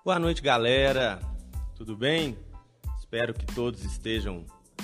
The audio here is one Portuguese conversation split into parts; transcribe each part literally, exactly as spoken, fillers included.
Boa noite, galera. Tudo bem? Espero que todos estejam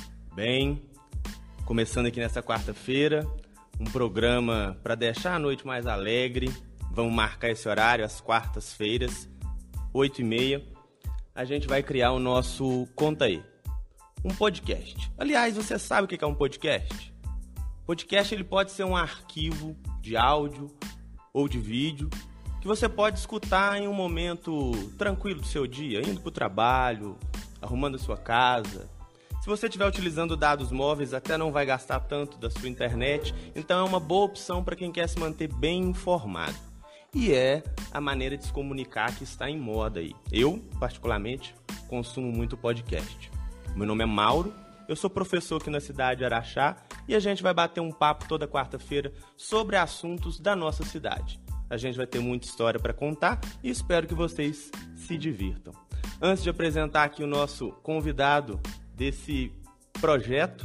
bem. Começando aqui nessa quarta-feira, um programa para deixar a noite mais alegre. Vamos marcar esse horário às quartas-feiras, oito e meia. A gente vai criar o nosso Conta Aí, um podcast. Aliás, você sabe o que é um podcast? Podcast ele pode ser um arquivo de áudio ou de vídeo que você pode escutar em um momento tranquilo do seu dia, indo para o trabalho, arrumando a sua casa. Se você estiver utilizando dados móveis, até não vai gastar tanto da sua internet, então é uma boa opção para quem quer se manter bem informado. E é a maneira de se comunicar que está em moda aí. Eu, particularmente, consumo muito podcast. Meu nome é Mauro, eu sou professor aqui na cidade de Araxá e a gente vai bater um papo toda quarta-feira sobre assuntos da nossa cidade. A gente vai ter muita história para contar e espero que vocês se divirtam. Antes de apresentar aqui o nosso convidado desse projeto,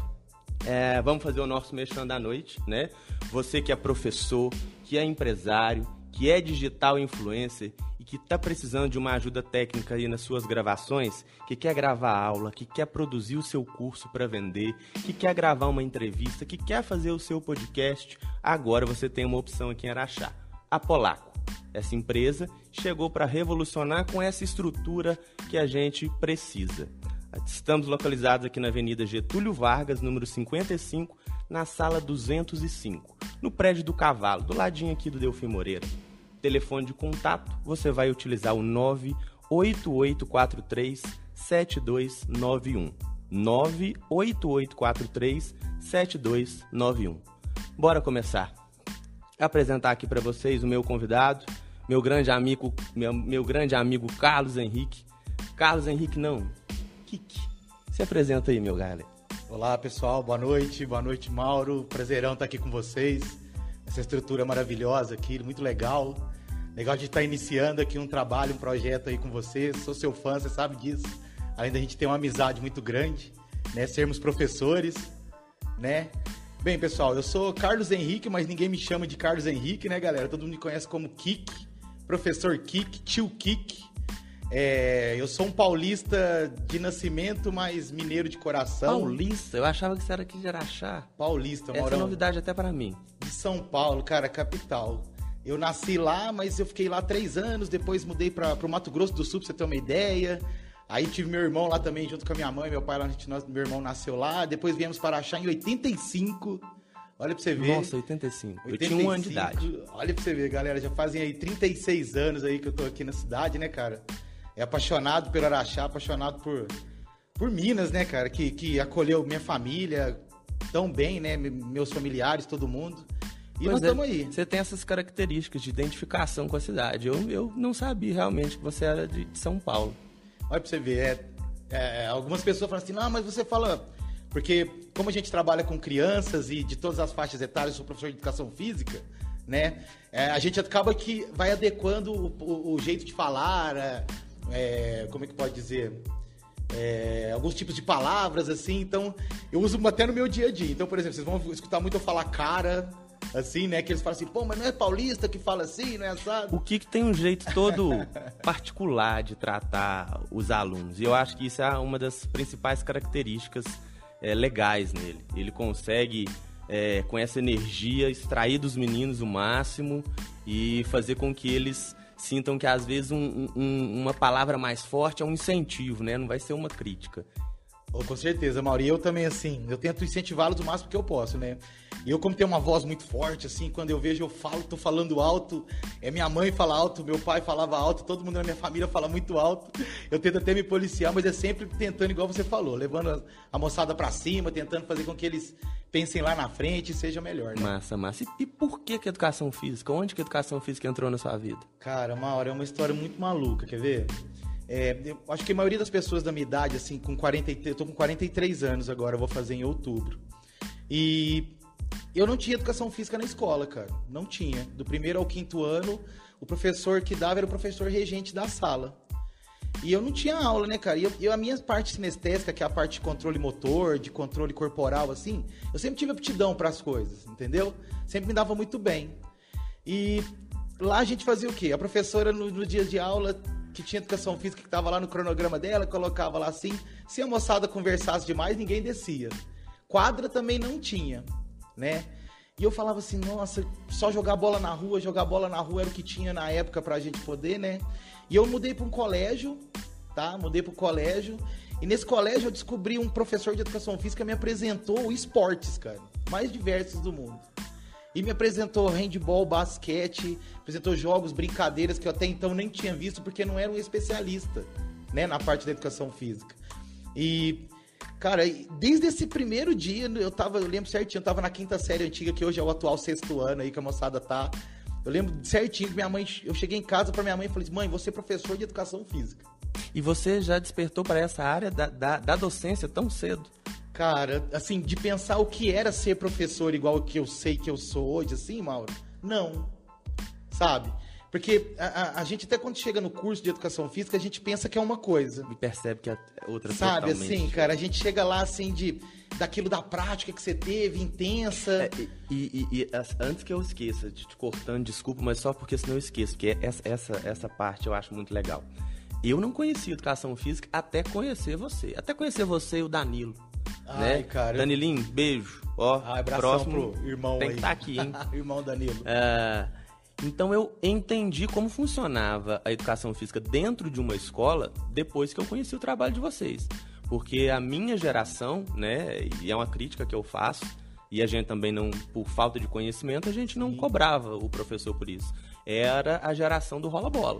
é, vamos fazer o nosso merchan da noite, né? Você que é professor, que é empresário, que é digital influencer e que está precisando de uma ajuda técnica aí nas suas gravações, que quer gravar aula, que quer produzir o seu curso para vender, que quer gravar uma entrevista, que quer fazer o seu podcast, agora você tem uma opção aqui em Araxá. A Polaco. Essa empresa chegou para revolucionar com essa estrutura que a gente precisa. Estamos localizados aqui na Avenida Getúlio Vargas, número cinquenta e cinco, na sala duzentos e cinco, no prédio do Cavalo, do ladinho aqui do Delfim Moreira. Telefone de contato, você vai utilizar o nove oito oito quatro três sete dois nove um. nove oito oito quatro três sete dois nove um. Bora começar. Apresentar aqui para vocês o meu convidado, meu grande amigo, meu, meu grande amigo Carlos Henrique. Carlos Henrique não, Kiki. Se apresenta aí, meu galera. Olá, pessoal, boa noite, boa noite, Mauro. Prazerão estar aqui com vocês. Essa estrutura maravilhosa aqui, muito legal. Legal de estar iniciando aqui um trabalho, um projeto aí com vocês. Sou seu fã, você sabe disso. Além da gente ter uma amizade muito grande, né? Sermos professores, né? Bem, pessoal, eu sou Carlos Henrique, mas ninguém me chama de Carlos Henrique, né, galera? Todo mundo me conhece como Kiki, professor Kiki, tio Kiki. É, eu sou um paulista de nascimento, mas mineiro de coração. Paulista? Eu achava que você era aqui de Araxá. Paulista, Maurão. Essa é novidade até para mim. De São Paulo, cara, capital. Eu nasci lá, mas eu fiquei lá três anos, depois mudei para o Mato Grosso do Sul, pra você ter uma ideia. Aí tive meu irmão lá também, junto com a minha mãe, meu pai lá, a gente, meu irmão nasceu lá. Depois viemos para Araxá em oitenta e cinco. Olha pra você ver. Nossa, oitenta e cinco. oitenta e cinco. Eu tinha um ano de idade. Olha pra você ver, galera. Já fazem aí trinta e seis anos aí que eu tô aqui na cidade, né, cara? É apaixonado pelo Araxá, apaixonado por, por Minas, né, cara? Que, que acolheu minha família tão bem, né? Meus familiares, todo mundo. E pois nós estamos é, aí. Você tem essas características de identificação com a cidade. Eu, eu não sabia realmente que você era de, de São Paulo. Olha pra você ver, é, é, algumas pessoas falam assim, não, mas você fala... Porque como a gente trabalha com crianças e de todas as faixas etárias, eu sou professor de educação física, né? É, a gente acaba que vai adequando o, o, o jeito de falar, é, é, como é que pode dizer? É, alguns tipos de palavras, assim, então eu uso até no meu dia a dia. Então, por exemplo, vocês vão escutar muito eu falar cara... Assim, né? Que eles falam assim, pô, mas não é paulista que fala assim, não é assado? O Kiki tem um jeito todo particular de tratar os alunos. E eu acho que isso é uma das principais características é, legais nele. Ele consegue, é, com essa energia, extrair dos meninos o máximo e fazer com que eles sintam que, às vezes, um, um, uma palavra mais forte é um incentivo, né? Não vai ser uma crítica. Oh, com certeza, Mauri. Eu também, assim, eu tento incentivá-los o máximo que eu posso, né? E eu, como tenho uma voz muito forte, assim, quando eu vejo, eu falo, tô falando alto, é minha mãe fala alto, meu pai falava alto, todo mundo na minha família fala muito alto. Eu tento até me policiar, mas é sempre tentando, igual você falou, levando a, a moçada pra cima, tentando fazer com que eles pensem lá na frente e seja melhor, né? Massa, massa. E, e por que que a educação física? Onde que a educação física entrou na sua vida? Cara, Mauro, é uma história muito maluca, quer ver? É, eu acho que a maioria das pessoas da minha idade, assim, com quarenta, eu tô com quarenta e três anos agora, eu vou fazer em outubro. E eu não tinha educação física na escola, cara. Não tinha. Do primeiro ao quinto ano, o professor que dava era o professor regente da sala. E eu não tinha aula, né, cara? E eu, eu, a minha parte sinestésica, que é a parte de controle motor, de controle corporal, assim, eu sempre tive aptidão para as coisas, entendeu? Sempre me dava muito bem. E lá a gente fazia o quê? A professora, no, no dia de aula, que tinha educação física que tava lá no cronograma dela, colocava lá assim. Se a moçada conversasse demais, ninguém descia. Quadra também não tinha, né? E eu falava assim, nossa, só jogar bola na rua, jogar bola na rua era o que tinha na época pra gente poder, né? E eu mudei pra um colégio, tá? Mudei pro colégio. E nesse colégio eu descobri um professor de educação física que me apresentou esportes, cara. Mais diversos do mundo. E me apresentou handball, basquete, apresentou jogos, brincadeiras que eu até então nem tinha visto, porque não era um especialista, né, na parte da educação física. E, cara, desde esse primeiro dia, eu tava, eu lembro certinho, eu tava na quinta série antiga, que hoje é o atual sexto ano aí que a moçada tá. Eu lembro certinho que minha mãe, eu cheguei em casa pra minha mãe e falei, mãe, você é professor de educação física. E você já despertou para essa área da, da, da docência tão cedo? Cara, assim, de pensar o que era ser professor igual o que eu sei que eu sou hoje, assim, Mauro, não, sabe? Porque a, a, a gente até quando chega no curso de educação física, a gente pensa que é uma coisa. E percebe que é outra sabe, totalmente. Assim, cara, a gente chega lá, assim, de, daquilo da prática que você teve, intensa. É, e, e, e antes que eu esqueça, te cortando, desculpa, mas só porque senão eu esqueço, porque essa, essa, essa parte eu acho muito legal. Eu não conhecia educação física até conhecer você, até conhecer você e o Danilo. Ai, né? cara. Danilinho, beijo. Ó, ah, próximo pro irmão tem aí. que estar aqui, hein? Irmão Danilo. É, então eu entendi como funcionava a educação física dentro de uma escola depois que eu conheci o trabalho de vocês. Porque a minha geração, né, e é uma crítica que eu faço, e a gente também não, por falta de conhecimento, a gente não Sim. cobrava o professor por isso. Era a geração do rola-bola.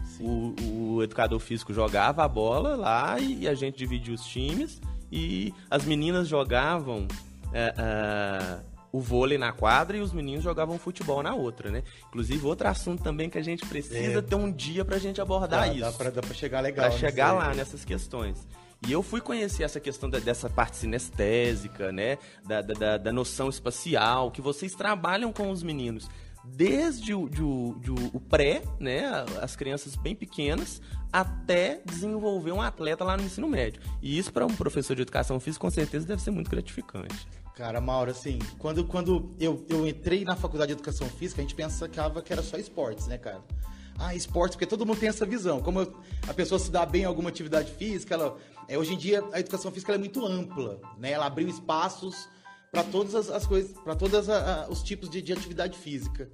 O, o educador físico jogava a bola lá e a gente dividia os times e as meninas jogavam é, é, o vôlei na quadra e os meninos jogavam futebol na outra, né? Inclusive, outro assunto também que a gente precisa é. ter um dia pra gente abordar dá, isso. Dá pra, dá pra chegar legal. Pra chegar lá nessas questões. E eu fui conhecer essa questão da, dessa parte sinestésica, né? Da, da, da noção espacial, que vocês trabalham com os meninos. Desde o, de, de, o pré, né, as crianças bem pequenas, até desenvolver um atleta lá no ensino médio. E isso para um professor de educação física, com certeza, deve ser muito gratificante. Cara, Mauro, assim, quando, quando eu, eu entrei na faculdade de educação física, a gente pensava que era só esportes, né, cara? Ah, esportes, porque todo mundo tem essa visão. Como eu, a pessoa se dá bem em alguma atividade física, ela, é, hoje em dia a educação física ela é muito ampla, né? Ela abriu espaços para todas as, as coisas, para todos os tipos de, de atividade física.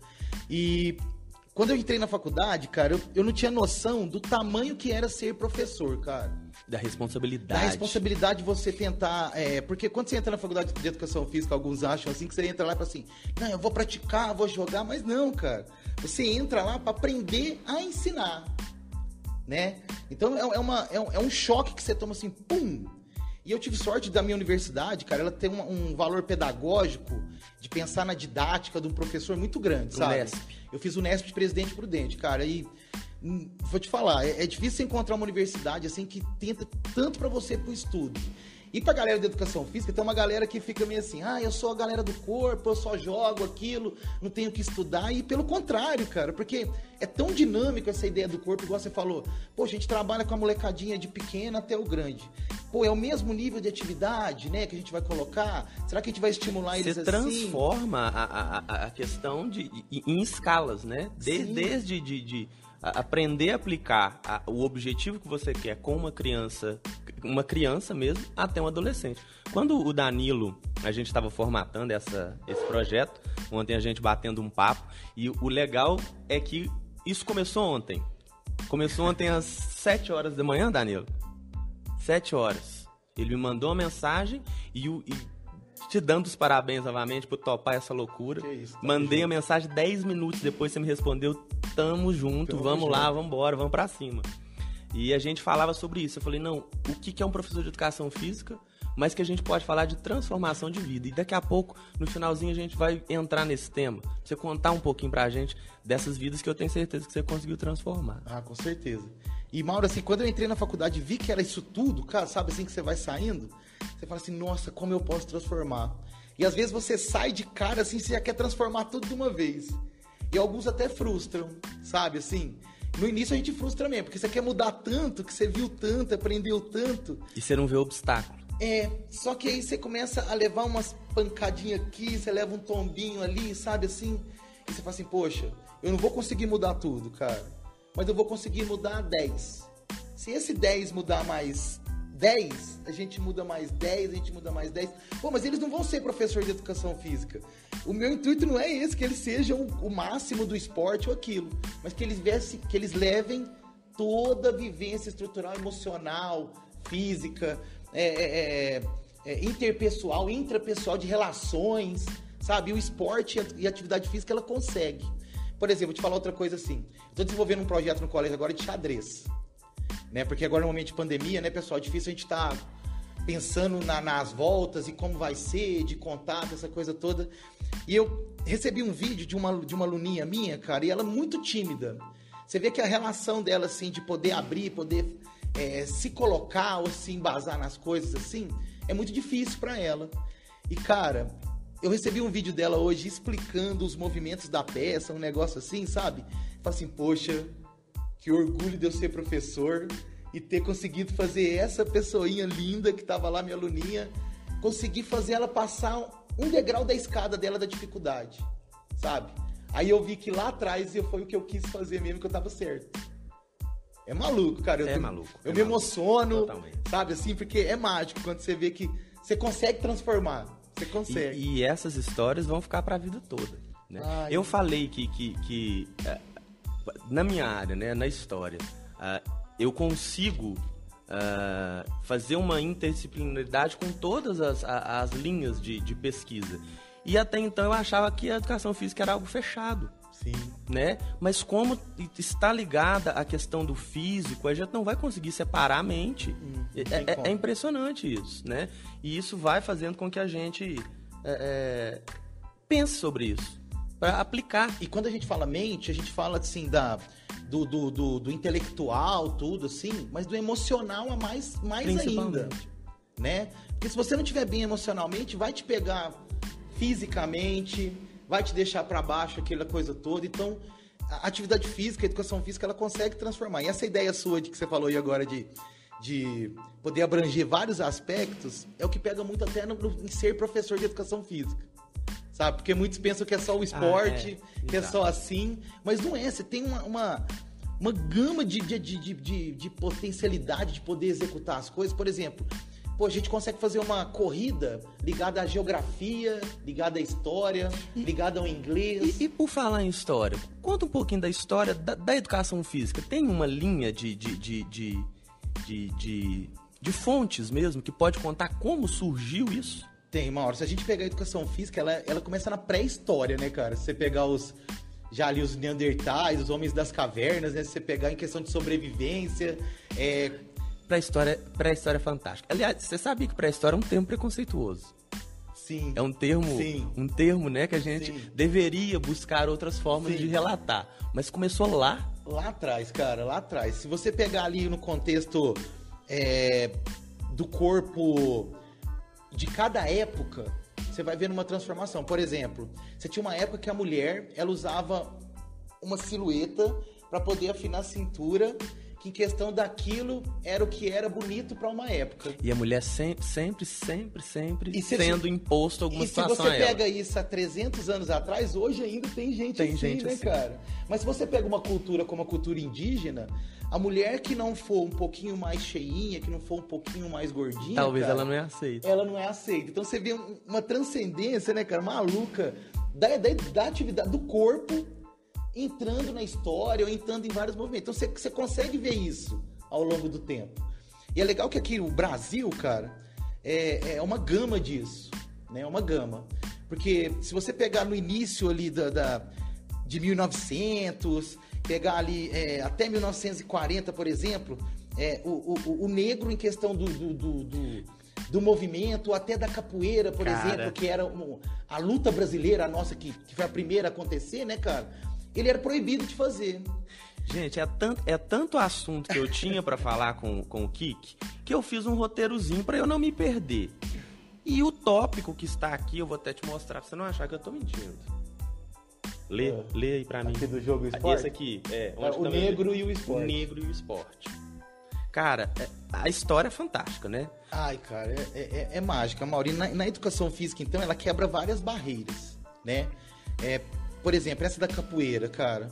E quando eu entrei na faculdade, cara, eu, eu não tinha noção do tamanho que era ser professor, cara. Da responsabilidade. Da responsabilidade de você tentar... É, porque quando você entra na faculdade de educação física, alguns acham assim, que você entra lá e fala assim, não, eu vou praticar, vou jogar, mas não, cara. Você entra lá para aprender a ensinar, né? Então é, é, uma, é, um, é um choque que você toma assim, pum! E eu tive sorte da minha universidade, cara, ela tem um, um valor pedagógico de pensar na didática de um professor muito grande, sabe? O Nesp. Eu fiz o Nesp de Presidente Prudente, cara, e hum, vou te falar, é, é difícil encontrar uma universidade assim que tenta tanto para você pro estudo. E pra galera da educação física, tem uma galera que fica meio assim, ah, eu sou a galera do corpo, eu só jogo aquilo, não tenho que estudar. E pelo contrário, cara, porque é tão dinâmico essa ideia do corpo, igual você falou. Pô, a gente trabalha com a molecadinha de pequena até o grande. Pô, é o mesmo nível de atividade, né, que a gente vai colocar? Será que a gente vai estimular eles você assim? Você transforma a, a, a questão de, em escalas, né? Desde, desde de, de aprender a aplicar a, o objetivo que você quer com uma criança, uma criança mesmo, até um adolescente. Quando o Danilo, a gente estava formatando essa, esse projeto, ontem a gente batendo um papo, e o legal é que isso começou ontem. Começou ontem às sete horas da manhã, Danilo. sete horas. Ele me mandou uma mensagem e, o, e te dando os parabéns novamente por topar essa loucura. Que isso, tá Mandei junto. a mensagem dez minutos depois, você me respondeu, tamo junto, Tamo vamos junto. lá, vamos embora, vamos pra cima. E a gente falava sobre isso. Eu falei, não, o que é um professor de educação física, mas que a gente pode falar de transformação de vida. E daqui a pouco, no finalzinho, a gente vai entrar nesse tema. Pra você contar um pouquinho pra gente dessas vidas que eu tenho certeza que você conseguiu transformar. Ah, com certeza. E, Mauro, assim, quando eu entrei na faculdade e vi que era isso tudo, cara, sabe assim que você vai saindo, você fala assim, nossa, como eu posso transformar? E às vezes você sai de cara assim, você já quer transformar tudo de uma vez. E alguns até frustram, sabe, assim... No início a gente frustra mesmo, porque você quer mudar tanto, que você viu tanto, aprendeu tanto. E você não vê obstáculo. É, só que aí você começa a levar umas pancadinhas aqui, você leva um tombinho ali, sabe assim? E você fala assim, poxa, eu não vou conseguir mudar tudo, cara. mas eu vou conseguir mudar dez. Se esse dez mudar mais dez, a gente muda mais dez, a gente muda mais dez. Pô, mas eles não vão ser professor de educação física. O meu intuito não é esse, que eles sejam o máximo do esporte ou aquilo, mas que eles, viessem, que eles levem toda a vivência estrutural, emocional, física, é, é, é, interpessoal, intrapessoal, de relações, sabe? O esporte e a atividade física, ela consegue. Por exemplo, vou te falar outra coisa assim. Estou desenvolvendo um projeto no colégio agora de xadrez. Né? Porque agora, no momento de pandemia, né, pessoal, é difícil a gente estar tá pensando na, nas voltas e como vai ser, de contato, essa coisa toda. E eu recebi um vídeo de uma, de uma aluninha minha, cara, e ela muito tímida. Você vê que a relação dela, assim, de poder abrir, poder é, se colocar ou se embasar nas coisas, assim, é muito difícil para ela. E, cara, eu recebi um vídeo dela hoje explicando os movimentos da peça, um negócio assim, sabe? Falei assim, poxa, que orgulho de eu ser professor e ter conseguido fazer essa pessoinha linda que tava lá, minha aluninha, conseguir fazer ela passar um degrau da escada dela da dificuldade, sabe? Aí eu vi que lá atrás foi o que eu quis fazer mesmo, que eu tava certo. É maluco, cara. Eu é tô, maluco. Eu é me maluco. emociono, Totalmente. sabe, assim, porque é mágico quando você vê que você consegue transformar. Você consegue. E, e essas histórias vão ficar pra vida toda. Né? Ai, eu falei que, que, que uh, na minha área, né, na história, uh, eu consigo uh, fazer uma interdisciplinaridade com todas as, a, as linhas de, de pesquisa. E até então eu achava que a educação física era algo fechado. Sim. Né? Mas como está ligada à questão do físico, a gente não vai conseguir separar a mente. Hum, é, é, é impressionante isso, né? E isso vai fazendo com que a gente é, é, pense sobre isso, para aplicar. E quando a gente fala mente, a gente fala assim da, do, do, do, do intelectual, tudo assim, mas do emocional a mais, mais ainda. Né? Porque se você não estiver bem emocionalmente, vai te pegar fisicamente, vai te deixar para baixo aquela coisa toda. Então, a atividade física, a educação física, ela consegue transformar. E essa ideia sua de que você falou aí agora de, de poder abranger vários aspectos, é o que pega muito até no, em ser professor de educação física. Sabe? Porque muitos pensam que é só o esporte, ah, é. que Exato. É só assim, mas não é. Você tem uma, uma, uma gama de, de, de, de, de potencialidade de poder executar as coisas. Por exemplo, pô, a gente consegue fazer uma corrida ligada à geografia, ligada à história, e, ligada ao inglês. E, e por falar em história, conta um pouquinho da história da, da educação física. Tem uma linha de, de, de, de, de, de, de fontes mesmo que pode contar como surgiu isso? Tem, Mauro. Se a gente pegar a educação física, ela, ela começa na pré-história, né, cara? Se você pegar os... já ali os neandertais, os homens das cavernas, né? Se você pegar em questão de sobrevivência, é... Pré-história, pré-história é fantástica. Aliás, você sabia que pré-história é um termo preconceituoso? Sim. É um termo, Sim. um termo, né, que a gente Sim. deveria buscar outras formas Sim. de relatar. Mas começou lá. Lá atrás, cara, lá atrás. Se você pegar ali no contexto é, do corpo de cada época, você vai ver uma transformação. Por exemplo, você tinha uma época que a mulher, ela usava uma silhueta para poder afinar a cintura, que em questão daquilo era o que era bonito para uma época. E a mulher sempre, sempre, sempre, sempre se, sendo imposto alguma e situação se você a ela. pega isso há trezentos anos atrás, hoje ainda tem gente tem assim, gente né, assim. cara? Mas se você pega uma cultura como a cultura indígena, a mulher que não for um pouquinho mais cheinha, que não for um pouquinho mais gordinha, talvez cara, ela não é aceita. Ela não é aceita. Então você vê uma transcendência, né, cara, maluca da, da, da atividade do corpo entrando na história ou entrando em vários movimentos. Então você, você consegue ver isso ao longo do tempo. E é legal que aqui o Brasil, cara, é, é uma gama disso, né? É uma gama. Porque se você pegar no início ali da, da, de mil e novecentos, pegar ali é, até mil novecentos e quarenta, por exemplo, é, o, o, o negro em questão do, do, do, do, do movimento, até da capoeira, por cara. exemplo, que era um, a luta brasileira, a nossa, que, que foi a primeira a acontecer, né, cara? Ele era proibido de fazer. Gente, é tanto, é tanto assunto que eu tinha pra falar com, com o Kik, que eu fiz um roteirozinho pra eu não me perder. E o tópico que está aqui, eu vou até te mostrar pra você não achar que eu tô mentindo. Lê, é. lê aí pra mim. Aqui do jogo esporte? Esse aqui, é. é o negro e o esporte. O negro e o esporte. Cara, é, a história é fantástica, né? Ai, cara, é, é, é mágica, Maurinho. Na, na educação física, então, ela quebra várias barreiras, né? É, por exemplo, essa da capoeira, cara.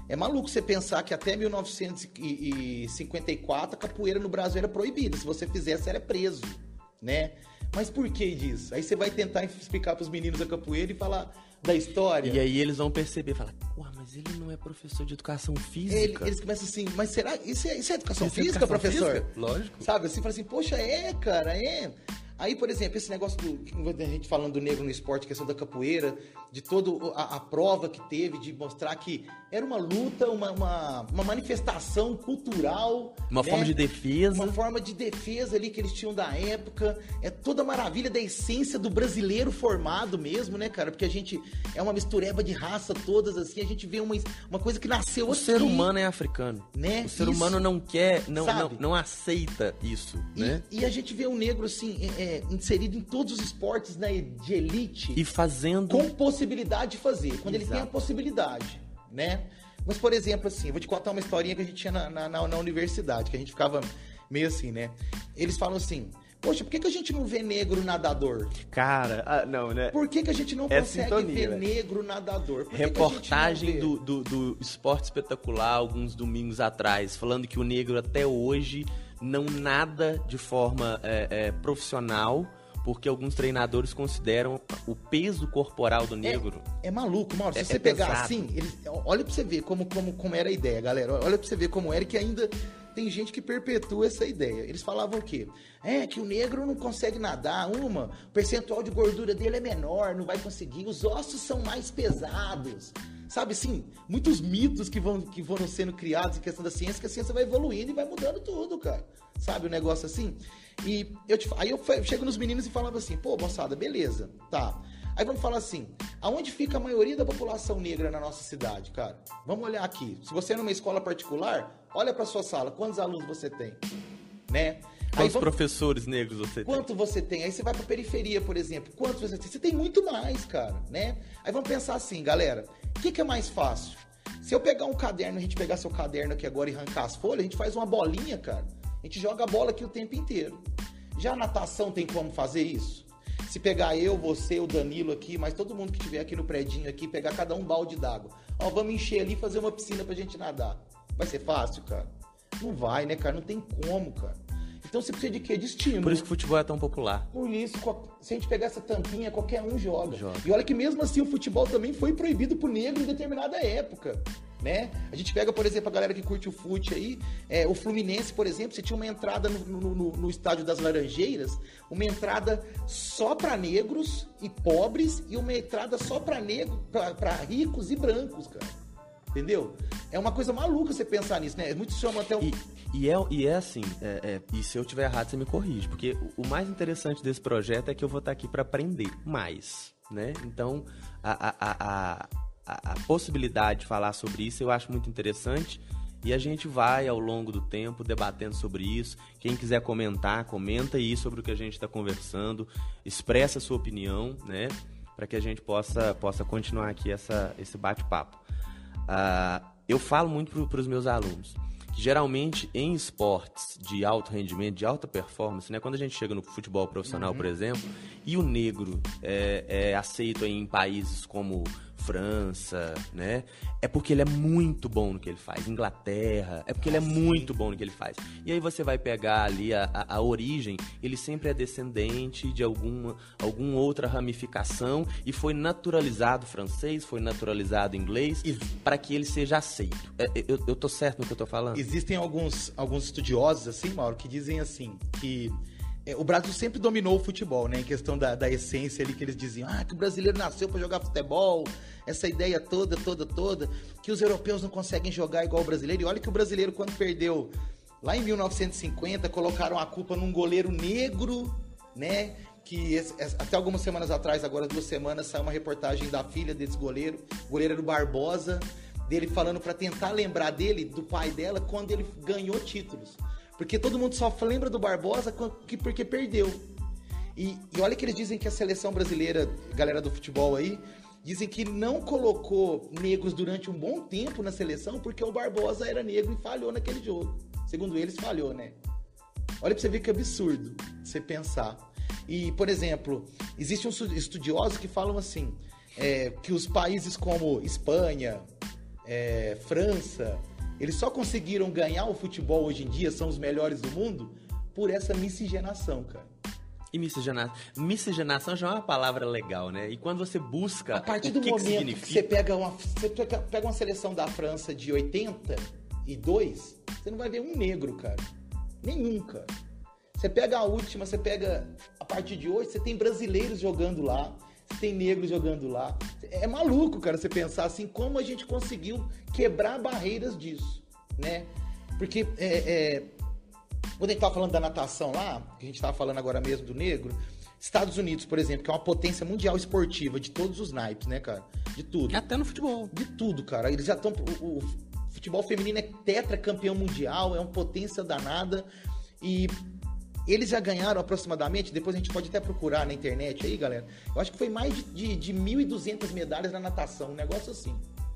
É maluco você pensar que até mil novecentos e cinquenta e quatro a capoeira no Brasil era proibida. Se você fizesse, era preso, né? Mas por que disso? Aí você vai tentar explicar pros meninos a capoeira e falar da história. E aí eles vão perceber, falar, ué, mas ele não é professor de educação física. Ele, eles começam assim, mas será, isso é, isso é educação Isso é física, educação professor? física? Lógico. Sabe, assim, fala assim, poxa, é, cara, é... Aí, por exemplo, esse negócio do... A gente falando do negro no esporte, questão da capoeira, de toda a, a prova que teve, de mostrar que era uma luta, uma, uma, uma manifestação cultural. Uma né? forma de defesa. Uma forma de defesa ali que eles tinham da época. É toda a maravilha da essência do brasileiro formado mesmo, né, cara? Porque a gente é uma mistureba de raça todas, assim. A gente vê uma, uma coisa que nasceu O aqui. ser humano é africano. Né? O ser Isso. humano não quer, não, não, Sabe? não aceita isso, E, né? e a gente vê o negro, assim, é, é, inserido em todos os esportes, né, de elite. E fazendo... Com possibilidade de fazer, quando ele tem a Exato. possibilidade, né? Mas, por exemplo, assim, eu vou te contar uma historinha que a gente tinha na, na, na, na universidade, que a gente ficava meio assim, né? Eles falam assim, poxa, por que, que a gente não vê negro nadador? Cara, ah, não, né? Por que, que a gente não É consegue sintonia, ver velho. negro nadador? Por que Reportagem que a gente não vê? do, do, do Esporte Espetacular, alguns domingos atrás, falando que o negro até hoje não nada de forma é, é, profissional, porque alguns treinadores consideram o peso corporal do negro. É maluco, Mauro. Se É- você é pegar pesado. assim, eles, olha pra você ver como, como, como era a ideia, galera. Olha pra você ver como era, que ainda tem gente que perpetua essa ideia. Eles falavam o quê? É, que o negro não consegue nadar, uma, o percentual de gordura dele é menor, não vai conseguir, os ossos são mais pesados. Sabe assim, muitos mitos que vão, que vão sendo criados em questão da ciência, que a ciência vai evoluindo e vai mudando tudo, cara. Sabe, o negócio assim? E eu te, aí eu fe- chego nos meninos e falava assim, pô, moçada, beleza, tá. Aí vamos falar assim, aonde fica a maioria da população negra na nossa cidade, cara? Vamos olhar aqui. Se você é numa escola particular, olha pra sua sala, quantos alunos você tem, né? Aí Quantos vamos- professores negros você tem? Quanto você tem? Aí você vai pra periferia, por exemplo. Quantos você tem? Você tem muito mais, cara, né? Aí vamos pensar assim, galera. O que, que é mais fácil? Se eu pegar um caderno, a gente pegar seu caderno aqui agora e arrancar as folhas, a gente faz uma bolinha, cara. A gente joga a bola aqui o tempo inteiro. Já a natação tem como fazer isso? Se pegar eu, você, o Danilo aqui, mas todo mundo que estiver aqui no predinho aqui, pegar cada um balde d'água. Ó, vamos encher ali e fazer uma piscina pra gente nadar. Vai ser fácil, cara? Não vai, né, cara? Não tem como, cara. Então você precisa de quê? De estímulo. Por isso que o futebol é tão popular. Por isso, qual- se a gente pegar essa tampinha, qualquer um joga. Joga. E olha que mesmo assim o futebol também foi proibido pro negro em determinada época, né? A gente pega, por exemplo, a galera que curte o fute aí, é, o Fluminense, por exemplo, você tinha uma entrada no, no- no- no estádio das Laranjeiras, uma entrada só pra negros e pobres e uma entrada só pra negros, pra, pra ricos e brancos, cara. Entendeu? É uma coisa maluca você pensar nisso, né? Muitos chamam até um... E, e, é, e é assim, é, é, e se eu tiver errado, você me corrige, porque o, o mais interessante desse projeto é que eu vou estar aqui para aprender mais, né? Então, a, a, a, a, a possibilidade de falar sobre isso eu acho muito interessante e a gente vai, ao longo do tempo, debatendo sobre isso. Quem quiser comentar, comenta aí sobre o que a gente está conversando, expressa a sua opinião, né? Para que a gente possa, possa continuar aqui essa, esse bate-papo. Uh, eu falo muito para os meus alunos que geralmente em esportes de alto rendimento, de alta performance, né, quando a gente chega no futebol profissional, uhum. por exemplo, e o negro é, é aceito em países como França, né, é porque ele é muito bom no que ele faz. Inglaterra, é porque ele é muito bom no que ele faz. E aí você vai pegar ali a, a, a origem, ele sempre é descendente de alguma, alguma outra ramificação e foi naturalizado francês, foi naturalizado inglês, para que ele seja aceito. Eu, eu tô certo no que eu tô falando? Existem alguns, alguns estudiosos, assim, Mauro, que dizem assim, que é, o Brasil sempre dominou o futebol, né? Em questão da, da essência ali, que eles diziam, ah, que o brasileiro nasceu para jogar futebol, essa ideia toda, toda, toda, que os europeus não conseguem jogar igual o brasileiro. E olha que o brasileiro, quando perdeu lá em mil novecentos e cinquenta, colocaram a culpa num goleiro negro, né? Que esse, até algumas semanas atrás, agora duas semanas, saiu uma reportagem da filha desse goleiro, o goleiro era o Barbosa, dele falando para tentar lembrar dele, do pai dela, quando ele ganhou títulos. Porque todo mundo só lembra do Barbosa porque perdeu. E, e olha que eles dizem que a seleção brasileira, galera do futebol aí, dizem que não colocou negros durante um bom tempo na seleção porque o Barbosa era negro e falhou naquele jogo. Segundo eles, falhou, né? Olha pra você ver que absurdo você pensar. E, por exemplo, existem uns estudiosos que falam assim, é, que os países como Espanha, é, França, eles só conseguiram ganhar o futebol hoje em dia, são os melhores do mundo, por essa miscigenação, cara. E miscigenação, miscigenação já é uma palavra legal, né? E quando você busca a partir o do que momento que, que, significa... que você pega uma, você pega uma seleção da França de oitenta e dois, você não vai ver um negro, cara. Nenhum, cara. Você pega a última, você pega a partir de hoje, você tem brasileiros jogando lá, você tem negros jogando lá. É maluco, cara, você pensar assim, como a gente conseguiu quebrar barreiras disso, né? Porque é, é, quando a gente tava falando da natação lá, que a gente tava falando agora mesmo do negro, Estados Unidos, por exemplo, que é uma potência mundial esportiva de todos os naipes, né, cara? De tudo. Até no futebol. De tudo, cara. Eles já estão... O, o futebol feminino é tetracampeão mundial, é uma potência danada. E eles já ganharam aproximadamente, depois a gente pode até procurar na internet aí, galera. Eu acho que foi mais de, de, de mil e duzentas medalhas na natação, um negócio assim.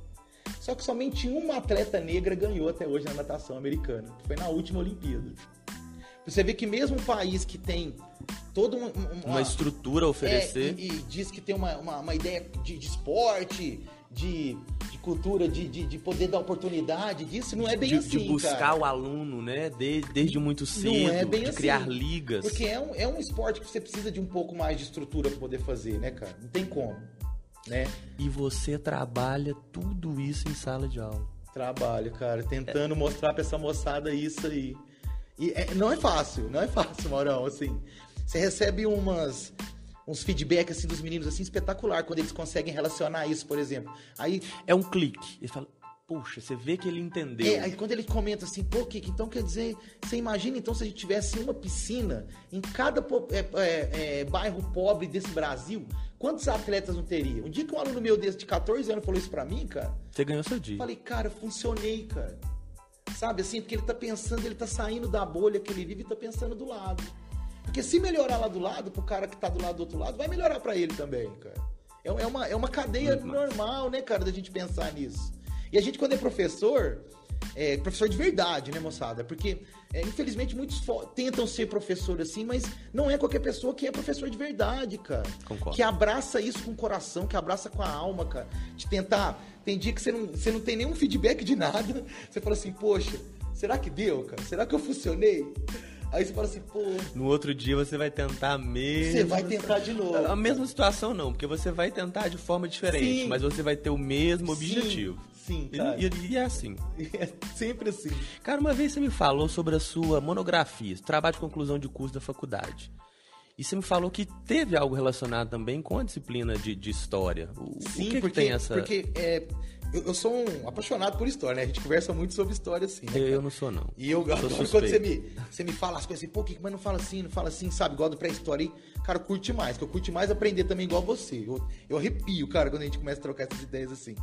Só que somente uma atleta negra ganhou até hoje na natação americana, que foi na última Olimpíada. Você vê que mesmo um país que tem toda uma, uma, uma estrutura a oferecer... É, e, e diz que tem uma, uma, uma ideia de, de esporte, de, de cultura, de, de, de poder dar oportunidade disso, não é bem de, assim, de buscar cara. o aluno, né? Desde, desde muito cedo, não é bem de assim, criar ligas. Porque é um, é um esporte que você precisa de um pouco mais de estrutura para poder fazer, né, cara? Não tem como, né? E você trabalha tudo isso em sala de aula. Trabalho, cara, tentando é. mostrar para essa moçada isso aí. E é, não é fácil, não é fácil, Maurão, assim. Você recebe umas, uns feedbacks assim, dos meninos assim, espetacular, quando eles conseguem relacionar isso, por exemplo. Aí, é um clique. Ele fala, puxa, você vê que ele entendeu. É, aí quando ele comenta assim, pô, Kiki, então quer dizer, você imagina então se a gente tivesse uma piscina em cada é, é, é, bairro pobre desse Brasil, quantos atletas não teria? Um dia que um aluno meu desse de catorze anos falou isso pra mim, cara... Você ganhou seu dia. Eu falei, cara, funcionei, cara. Sabe, assim, porque ele tá pensando, ele tá saindo da bolha que ele vive e tá pensando do lado. Porque se melhorar lá do lado, pro cara que tá do lado do outro lado, vai melhorar pra ele também, cara. É, é, uma, é uma cadeia Muito normal, mais. né, cara, da gente pensar nisso. E a gente, quando é professor, é professor de verdade, né, moçada? Porque, é, infelizmente, muitos tentam ser professor assim, mas não é qualquer pessoa que é professor de verdade, cara. Concordo. Que abraça isso com o coração, que abraça com a alma, cara. De tentar... Tem dia que você não, você não tem nenhum feedback de nada. Você fala assim, poxa, será que deu, cara? Será que eu funcionei? Aí você fala assim, pô... No outro dia você vai tentar mesmo... Você vai tentar de novo. A mesma situação não, porque você vai tentar de forma diferente, sim, mas você vai ter o mesmo objetivo. Sim, cara. E, e, e é assim. É sempre assim. Cara, uma vez você me falou sobre a sua monografia, trabalho de conclusão de curso da faculdade. E você me falou que teve algo relacionado também com a disciplina de, de história. O, sim, o que, porque, que tem essa... porque é, eu, eu sou um apaixonado por história, né? A gente conversa muito sobre história, assim. Né, eu, eu não sou, não. E eu sou adoro quando você me, você me fala as coisas assim, pô, que, mas não fala assim, não fala assim, sabe? Igual do pré-história aí, cara, eu curte mais, que eu curte mais aprender também igual você. Eu, eu arrepio, cara, quando a gente começa a trocar essas ideias assim.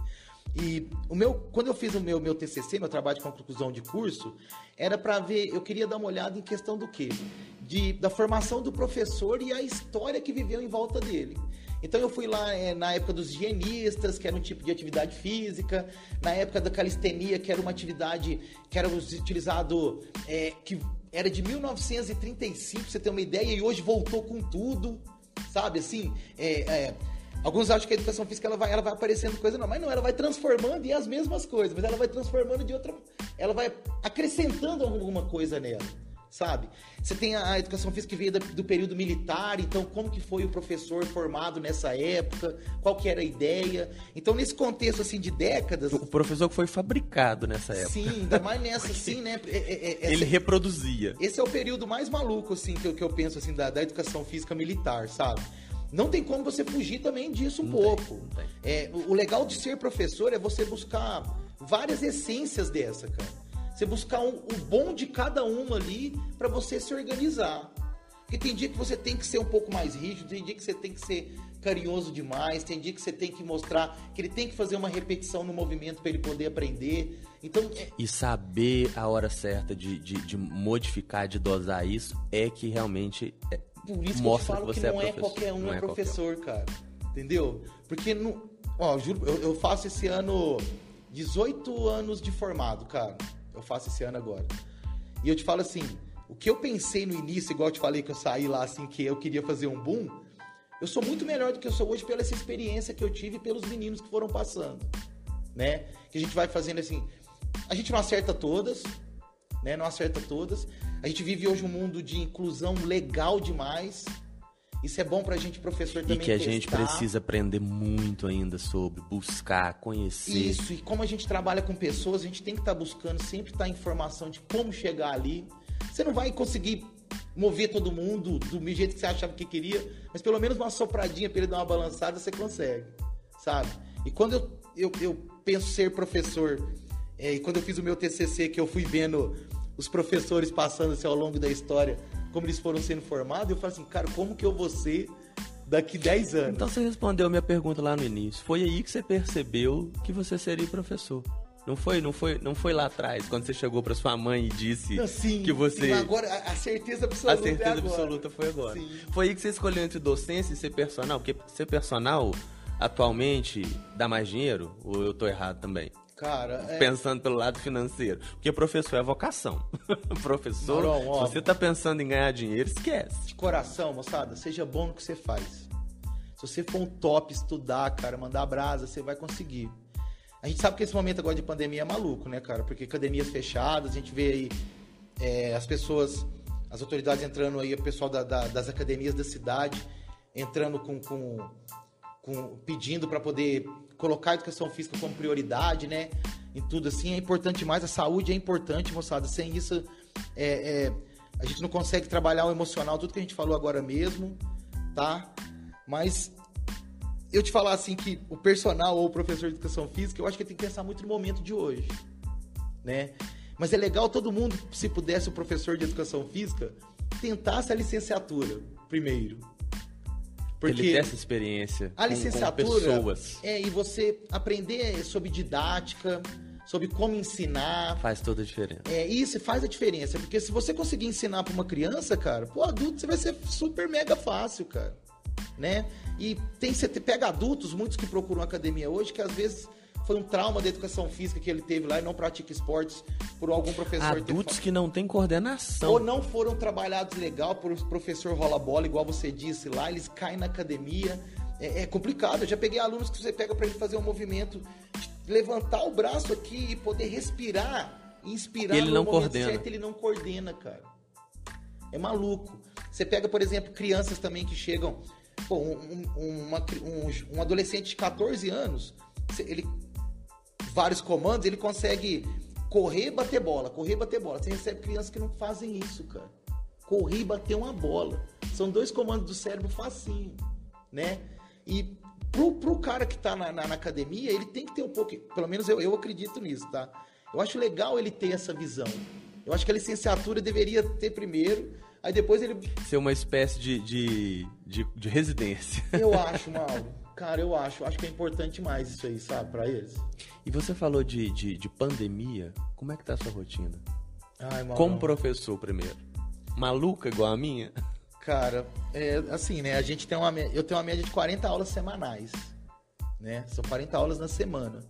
E o meu, quando eu fiz o meu, meu T C C, meu trabalho de conclusão de curso, era para ver, eu queria dar uma olhada em questão do quê? De, da formação do professor e a história que viveu em volta dele. Então eu fui lá é, na época dos higienistas, que era um tipo de atividade física, na época da calistenia, que era uma atividade que era utilizado, é, que era de mil novecentos e trinta e cinco, pra você ter uma ideia, e hoje voltou com tudo, sabe, assim, é... é alguns acham que a educação física ela vai, ela vai aparecendo coisa, não, mas não, ela vai transformando e as mesmas coisas, mas ela vai transformando de outra, ela vai acrescentando alguma coisa nela, sabe? Você tem a, a educação física que veio da, do período militar, então como que foi o professor formado nessa época, qual que era a ideia, então nesse contexto assim de décadas... O professor que foi fabricado nessa época. Sim, ainda mais nessa, sim, né? É, é, é, Ele essa, reproduzia. Esse é o período mais maluco, assim, que eu, que eu penso, assim, da, da educação física militar, sabe? Não tem como você fugir também disso um não pouco. Tem, não tem. É, o legal de ser professor é você buscar várias essências dessa, cara. Você buscar um, o bom de cada uma ali para você se organizar. Porque tem dia que você tem que ser um pouco mais rígido, tem dia que você tem que ser carinhoso demais, tem dia que você tem que mostrar que ele tem que fazer uma repetição no movimento para ele poder aprender. Então, é... E saber a hora certa de, de, de modificar, de dosar isso, é que realmente... É... Por isso Mostra que eu te falo que, que não é, é qualquer um não é é professor, cara. Entendeu? Porque, não, ó, juro, eu, eu faço esse ano dezoito anos de formado, cara. Eu faço esse ano agora. E eu te falo assim, o que eu pensei no início, igual eu te falei que eu saí lá assim, que eu queria fazer um boom, eu sou muito melhor do que eu sou hoje pela essa experiência que eu tive e pelos meninos que foram passando. né? Que a gente vai fazendo assim, a gente não acerta todas, né? Não acerta todas. A gente vive hoje um mundo de inclusão legal demais. Isso é bom pra gente, professor, também E que a testar. gente precisa aprender muito ainda sobre, buscar, conhecer. Isso, e como a gente trabalha com pessoas, a gente tem que estar buscando sempre estar informação de como chegar ali. Você não vai conseguir mover todo mundo do jeito que você achava que queria, mas pelo menos uma sopradinha para ele dar uma balançada, você consegue, sabe? E quando eu, eu, eu penso ser professor, é, e quando eu fiz o meu T C C, que eu fui vendo os professores passando assim, ao longo da história, como eles foram sendo formados, eu falo assim, cara, como que eu vou ser daqui dez anos? Então você respondeu a minha pergunta lá no início. Foi aí que você percebeu que você seria professor. Não foi, não foi, não foi lá atrás, quando você chegou para sua mãe e disse não, sim, que você... Sim, agora a certeza absoluta A certeza é agora. absoluta foi agora. Sim. Foi aí que você escolheu entre docência e ser personal? Porque ser personal, atualmente, dá mais dinheiro? Ou eu tô errado também? Cara, é... Pensando pelo lado financeiro. Porque professor é vocação. Professor, Marão, ó, se você tá pensando em ganhar dinheiro, esquece. De coração, moçada, seja bom no que você faz. Se você for um top, estudar, cara, mandar brasa, você vai conseguir. A gente sabe que esse momento agora de pandemia é maluco, né, cara? Porque academias fechadas, a gente vê aí é, as pessoas, as autoridades entrando aí, o pessoal da, da, das academias da cidade, entrando com, com, com pedindo para poder colocar a educação física como prioridade, né? Em tudo assim, é importante demais. A saúde é importante, moçada. Sem isso, é, é, a gente não consegue trabalhar o emocional, tudo que a gente falou agora mesmo, tá? Mas eu te falar assim que o personal ou o professor de educação física, eu acho que ele tem que pensar muito no momento de hoje, né? Mas é legal todo mundo, se pudesse, o professor de educação física, tentasse a licenciatura primeiro. Porque ele tem essa experiência a com, licenciatura com pessoas. É, e você aprender sobre didática, sobre como ensinar. Faz toda a diferença. É, isso faz a diferença. Porque se você conseguir ensinar para uma criança, cara, pro adulto você vai ser super mega fácil, cara. Né? E tem, você pega adultos, muitos que procuram academia hoje, que às vezes foi um trauma da educação física que ele teve lá e não pratica esportes por algum professor. Adultos ter... que não têm coordenação. Ou não foram trabalhados legal por professor rola bola, igual você disse lá, eles caem na academia. É, é complicado. Eu já peguei alunos que você pega para ele fazer um movimento, levantar o braço aqui e poder respirar, inspirar ele no não momento coordena. certo, ele não coordena, cara. É maluco. Você pega, por exemplo, crianças também que chegam... Pô, um, um, uma, um, um adolescente de catorze anos, ele, vários comandos, ele consegue correr e bater bola, correr e bater bola. Você recebe crianças que não fazem isso, cara. Correr e bater uma bola. São dois comandos do cérebro facinho, né? E pro, pro cara que tá na, na, na academia, ele tem que ter um pouco, pelo menos eu, eu acredito nisso, tá? Eu acho legal ele ter essa visão. Eu acho que a licenciatura deveria ter primeiro... Aí depois ele... Ser uma espécie de, de, de, de residência. Eu acho, Mauro. Cara, eu acho. Acho que é importante mais isso aí, sabe? Pra eles. E você falou de, de, de pandemia. Como é que tá a sua rotina? Ai, Mauro. Como professor, primeiro. Maluca igual a minha? Cara, é assim, né? A gente tem uma... Eu tenho uma média de quarenta aulas semanais. Né? São quarenta aulas na semana.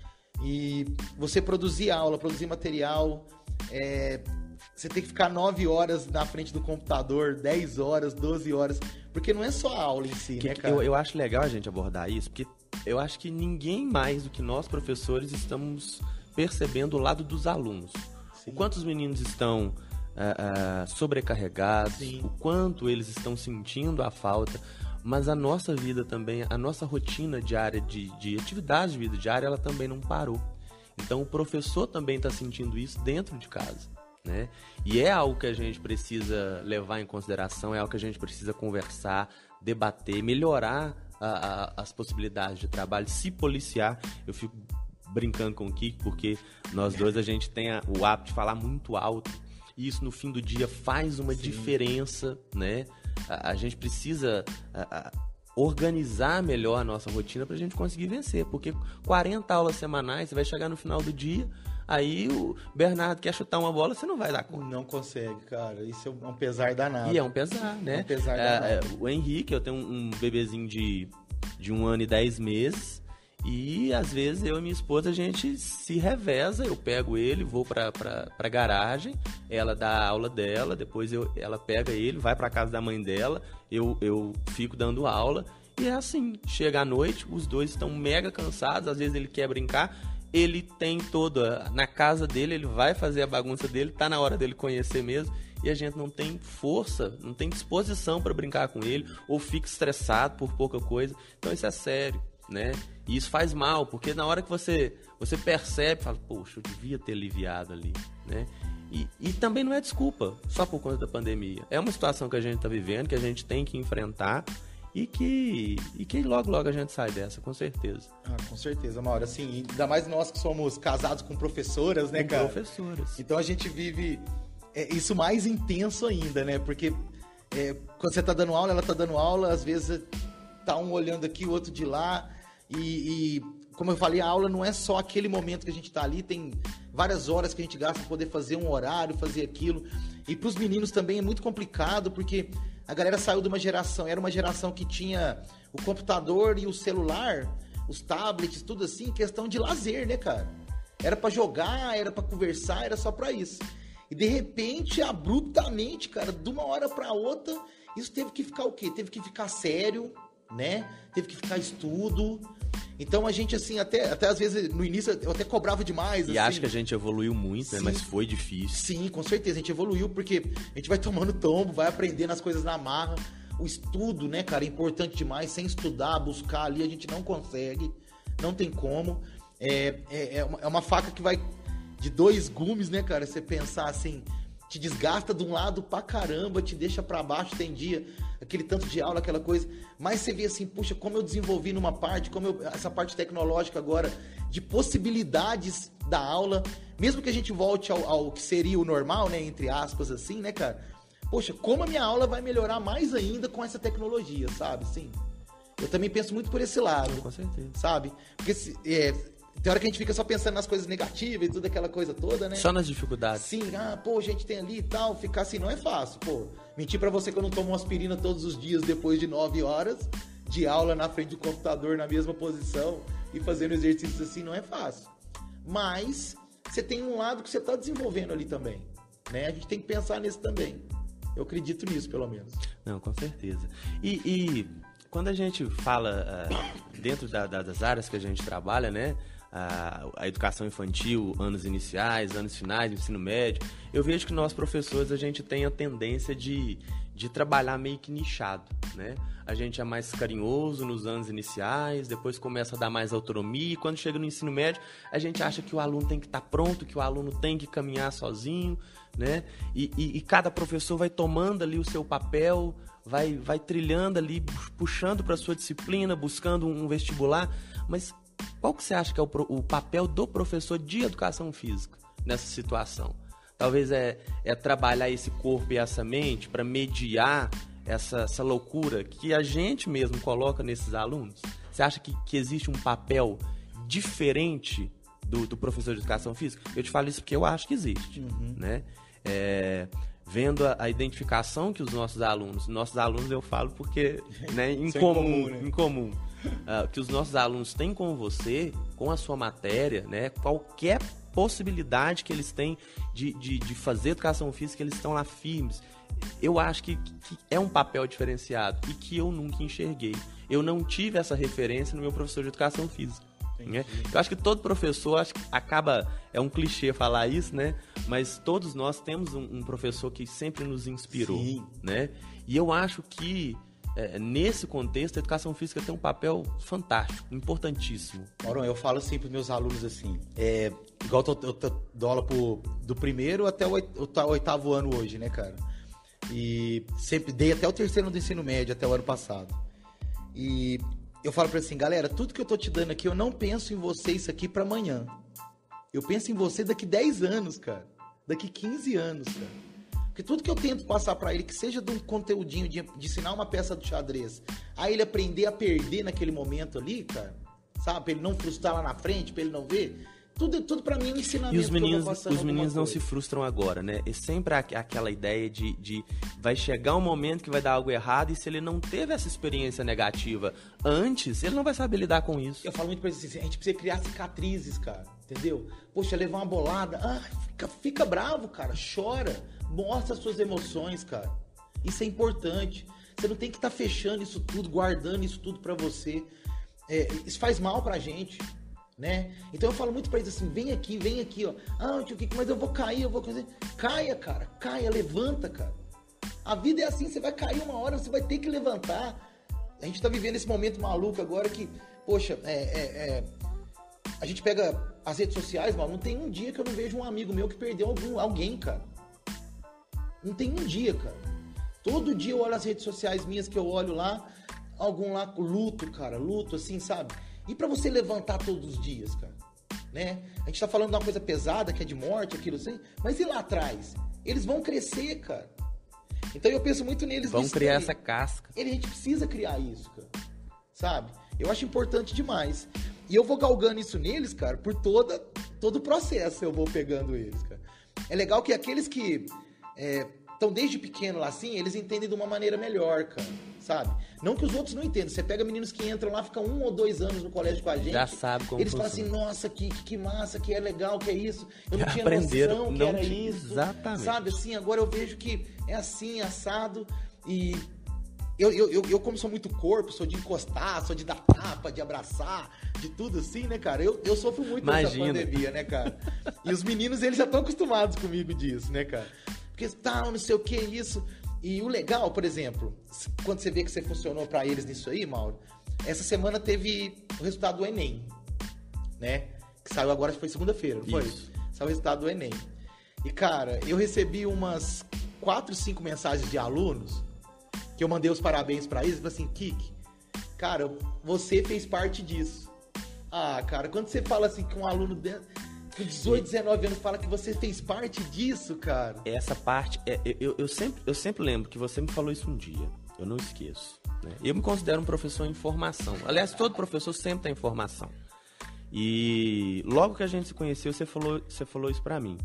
E você produzir aula, produzir material... É... Você tem que ficar nove horas na frente do computador, dez horas, doze horas, porque não é só a aula em si, que, né, cara? Eu, eu acho legal a gente abordar isso, porque eu acho que ninguém mais do que nós, professores, estamos percebendo o lado dos alunos. Sim. O quanto os meninos estão uh, uh, sobrecarregados, Sim. o quanto eles estão sentindo a falta, mas a nossa vida também, a nossa rotina diária de, de atividades de vida diária, ela também não parou. Então o professor também está sentindo isso dentro de casa. Né? E é algo que a gente precisa levar em consideração, é algo que a gente precisa conversar, debater, melhorar a, a, as possibilidades de trabalho, se policiar. Eu fico brincando com o Kiko, porque nós dois a gente tem a, o hábito de falar muito alto, e isso no fim do dia faz uma Sim. diferença, né? A, a gente precisa a, a, organizar melhor a nossa rotina para a gente conseguir vencer, porque quarenta aulas semanais, você vai chegar no final do dia... Aí o Bernardo quer chutar uma bola, você não vai dar conta. Não consegue, cara. Isso é um pesar danado. E é um pesar, né? É um pesar é, danado. É, o Henrique, eu tenho um, um bebezinho de, de um ano e dez meses. E às vezes eu e minha esposa, a gente se reveza. Eu pego ele, vou pra, pra, pra garagem, ela dá a aula dela, depois eu, ela pega ele, vai pra casa da mãe dela, eu, eu fico dando aula. E é assim, chega à noite, os dois estão mega cansados, às vezes ele quer brincar, ele tem toda... Na casa dele, ele vai fazer a bagunça dele, tá na hora dele conhecer mesmo, e a gente não tem força, não tem disposição para brincar com ele, ou fica estressado por pouca coisa. Então isso é sério, né? E isso faz mal, porque na hora que você, você percebe, fala, poxa, eu devia ter aliviado ali, né? E, e também não é desculpa, só por conta da pandemia. É uma situação que a gente está vivendo, que a gente tem que enfrentar e que, e que logo, logo a gente sai dessa, com certeza. Ah, com certeza, Mauro. Assim, ainda mais nós que somos casados com professoras, né, com cara? professoras. Então a gente vive é, isso mais intenso ainda, né? Porque é, quando você tá dando aula, ela tá dando aula, às vezes tá um olhando aqui, o outro de lá. E, e como eu falei, a aula não é só aquele momento que a gente tá ali, tem várias horas que a gente gasta para poder fazer um horário, fazer aquilo. E para os meninos também é muito complicado, porque a galera saiu de uma geração, era uma geração que tinha o computador e o celular, os tablets, tudo assim, questão de lazer, né, cara? Era para jogar, era para conversar, era só para isso. E de repente, abruptamente, cara, de uma hora para outra, isso teve que ficar o quê? Teve que ficar sério, né? Teve que ficar estudo. Então a gente, assim, até, até às vezes, no início, eu até cobrava demais. E assim. acho que a gente evoluiu muito, Sim. né? Mas foi difícil. Sim, com certeza. A gente evoluiu porque a gente vai tomando tombo, vai aprendendo as coisas na marra. O estudo, né, cara, é importante demais. Sem estudar, buscar ali, a gente não consegue. Não tem como. É, é, é, uma, é uma faca que vai de dois gumes, né, cara? Você pensar assim, te desgasta de um lado pra caramba, te deixa pra baixo, tem dia, aquele tanto de aula, aquela coisa. Mas você vê assim, puxa, como eu desenvolvi numa parte, como eu, essa parte tecnológica agora, de possibilidades da aula, mesmo que a gente volte ao, ao que seria o normal, né, entre aspas, assim, né, cara? Poxa, como a minha aula vai melhorar mais ainda com essa tecnologia, sabe? Sim. Eu também penso muito por esse lado. Com certeza. Sabe? Porque se, é, tem hora que a gente fica só pensando nas coisas negativas e tudo aquela coisa toda, né? Só nas dificuldades. Sim, ah, pô, a gente tem ali e tal, ficar assim não é fácil, pô. Mentir pra você que eu não tomo uma aspirina todos os dias depois de nove horas de aula na frente do computador, na mesma posição e fazendo exercícios assim, não é fácil. Mas você tem um lado que você tá desenvolvendo ali também, né? A gente tem que pensar nisso também. Eu acredito nisso, pelo menos. Não, com certeza. E, e quando a gente fala uh, dentro da, da, das áreas que a gente trabalha, né? A, a educação infantil, anos iniciais, anos finais, ensino médio, eu vejo que nós professores a gente tem a tendência de, de trabalhar meio que nichado, né? A gente é mais carinhoso nos anos iniciais, depois começa a dar mais autonomia e quando chega no ensino médio a gente acha que o aluno tem que estar pronto, que o aluno tem que caminhar sozinho, né? E, e, e cada professor vai tomando ali o seu papel, vai, vai trilhando ali, puxando para a sua disciplina, buscando um vestibular, mas qual que você acha que é o, o papel do professor de educação física nessa situação? Talvez é, é trabalhar esse corpo e essa mente para mediar essa, essa loucura que a gente mesmo coloca nesses alunos? Você acha que, que existe um papel diferente do, do professor de educação física? Eu te falo isso porque eu acho que existe, uhum. né? É, vendo a, a identificação que os nossos alunos, nossos alunos eu falo porque né, em, comum, né? em comum, uh, que os nossos alunos têm com você, com a sua matéria, né, qualquer possibilidade que eles têm de, de, de fazer educação física, eles estão lá firmes. Eu acho que, que é um papel diferenciado e que eu nunca enxerguei. Eu não tive essa referência no meu professor de educação física. Né? Eu acho que todo professor acho que acaba, é um clichê falar isso, né? Mas todos nós temos um, um professor que sempre nos inspirou, Sim. né? E eu acho que é, nesse contexto a educação física tem um papel fantástico, importantíssimo. Mauro, eu falo assim para os meus alunos assim, é, igual eu, eu, eu dou aula pro, do primeiro até o oitavo ano hoje, né, cara? E sempre dei até o terceiro do ensino médio, até o ano passado. E eu falo pra assim, galera, tudo que eu tô te dando aqui, eu não penso em você isso aqui pra amanhã. Eu penso em você daqui dez anos, cara. Daqui quinze anos, cara. Porque tudo que eu tento passar pra ele, que seja de um conteúdinho, de, de ensinar uma peça do xadrez, aí ele aprender a perder naquele momento ali, cara, sabe? Pra ele não frustrar lá na frente, pra ele não ver... Tudo, tudo pra mim é um ensinamento. E os meninos, que eu vou os meninos não coisa. se frustram agora, né? É sempre aquela ideia de, de... Vai chegar um momento que vai dar algo errado e se ele não teve essa experiência negativa antes, ele não vai saber lidar com isso. Eu falo muito pra eles assim, a gente precisa criar cicatrizes, cara. Entendeu? Poxa, levar uma bolada, ah, fica, fica bravo, cara. Chora. Mostra as suas emoções, cara. Isso é importante. Você não tem que estar tá fechando isso tudo, guardando isso tudo pra você. É, isso faz mal pra gente. né? Então eu falo muito pra eles assim, vem aqui, vem aqui, ó. Ah, tio Kiko, mas eu vou cair, eu vou fazer. Caia, cara, caia, levanta, cara. A vida é assim, você vai cair uma hora, você vai ter que levantar. A gente tá vivendo esse momento maluco agora que, poxa, é, é, é... a gente pega as redes sociais, mano, não tem um dia que eu não vejo um amigo meu que perdeu algum, alguém, cara. Não tem um dia, cara. Todo dia eu olho as redes sociais minhas que eu olho lá, algum lá luto, cara, luto, assim, sabe? E pra você levantar todos os dias, cara, né? A gente tá falando de uma coisa pesada, que é de morte, aquilo assim, mas e lá atrás? Eles vão crescer, cara. Então eu penso muito neles. Vão criar essa casca. Ele, a gente precisa criar isso, cara, sabe? Eu acho importante demais. E eu vou galgando isso neles, cara, por toda, todo o processo eu vou pegando eles, cara. É legal que aqueles que... É, então, desde pequeno lá assim, eles entendem de uma maneira melhor, cara, sabe? Não que os outros não entendam. Você pega meninos que entram lá, ficam um ou dois anos no colégio com a gente. Já sabe como eles funciona. falam assim, nossa, que, que massa, que é legal, que é isso. Eu não Já tinha aprenderam, noção que não era tinha, isso. exatamente. Sabe, assim, agora eu vejo que é assim, assado. E eu, eu, eu, eu como sou muito corpo, sou de encostar, sou de dar tapa, de abraçar, de tudo assim, né, cara? Eu, eu sofro muito com essa pandemia, né, cara? E os meninos, eles já estão acostumados comigo disso, né, cara? Porque tal, não sei o que, isso. E o legal, por exemplo, quando você vê que você funcionou pra eles nisso aí, Mauro, essa semana teve o resultado do Enem, né? Que saiu agora, foi segunda-feira, não foi? Isso. Saiu o resultado do Enem. E, cara, eu recebi umas quatro, cinco mensagens de alunos que eu mandei os parabéns pra eles, e falei assim, Kiki, cara, você fez parte disso. Ah, cara, quando você fala assim que um aluno de... com dezoito, dezenove anos fala que você fez parte disso, cara. Essa parte, é, eu, eu, sempre, eu sempre lembro que você me falou isso um dia. Eu não esqueço. Né? Eu me considero um professor em formação. Aliás, todo professor sempre tem formação. E logo que a gente se conheceu, você falou, você falou isso pra mim.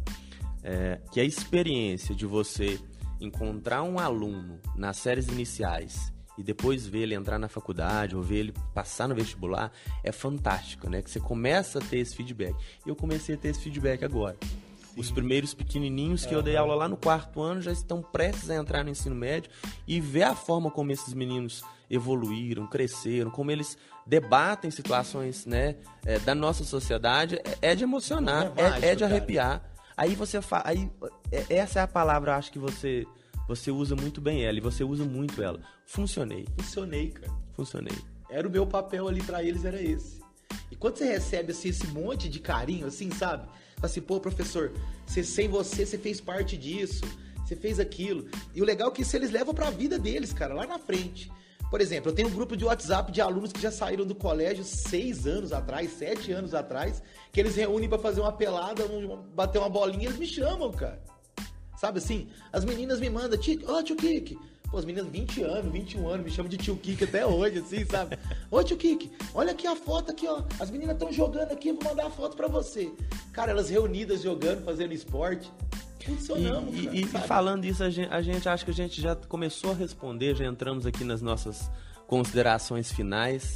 É, que a experiência de você encontrar um aluno nas séries iniciais e depois ver ele entrar na faculdade ou ver ele passar no vestibular é fantástica, né? Que você começa a ter esse feedback. E eu comecei a ter esse feedback agora. Sim. Os primeiros pequenininhos que uhum. eu dei aula lá no quarto ano já estão prestes a entrar no ensino médio e ver a forma como esses meninos evoluíram, cresceram, como eles debatem situações, né, é, da nossa sociedade, é, é de emocionar, é, mágico, é, é de arrepiar. Cara. Aí você fa... aí essa é a palavra, eu acho que você você usa muito bem ela e você usa muito ela. Funcionei. Funcionei, cara. Funcionei. Era o meu papel ali pra eles, era esse. E quando você recebe assim esse monte de carinho, assim, sabe? Assim, pô, professor, você, sem você, você fez parte disso, você fez aquilo. E o legal é que isso eles levam pra vida deles, cara, lá na frente. Por exemplo, eu tenho um grupo de WhatsApp de alunos que já saíram do colégio seis anos atrás, sete anos atrás, que eles reúnem pra fazer uma pelada, um, bater uma bolinha, eles me chamam, cara. Sabe assim? As meninas me mandam, ó, oh, tio Kiki. Pô, as meninas vinte anos, vinte e um anos, me chamam de tio Kiki até hoje, assim, sabe? Ô, tio Kiki, olha aqui a foto aqui, ó. As meninas estão jogando aqui, eu vou mandar a foto pra você. Cara, elas reunidas jogando, fazendo esporte. Funcionamos, e, cara, e, e falando isso, a gente, a gente acha que a gente já começou a responder, já entramos aqui nas nossas considerações finais,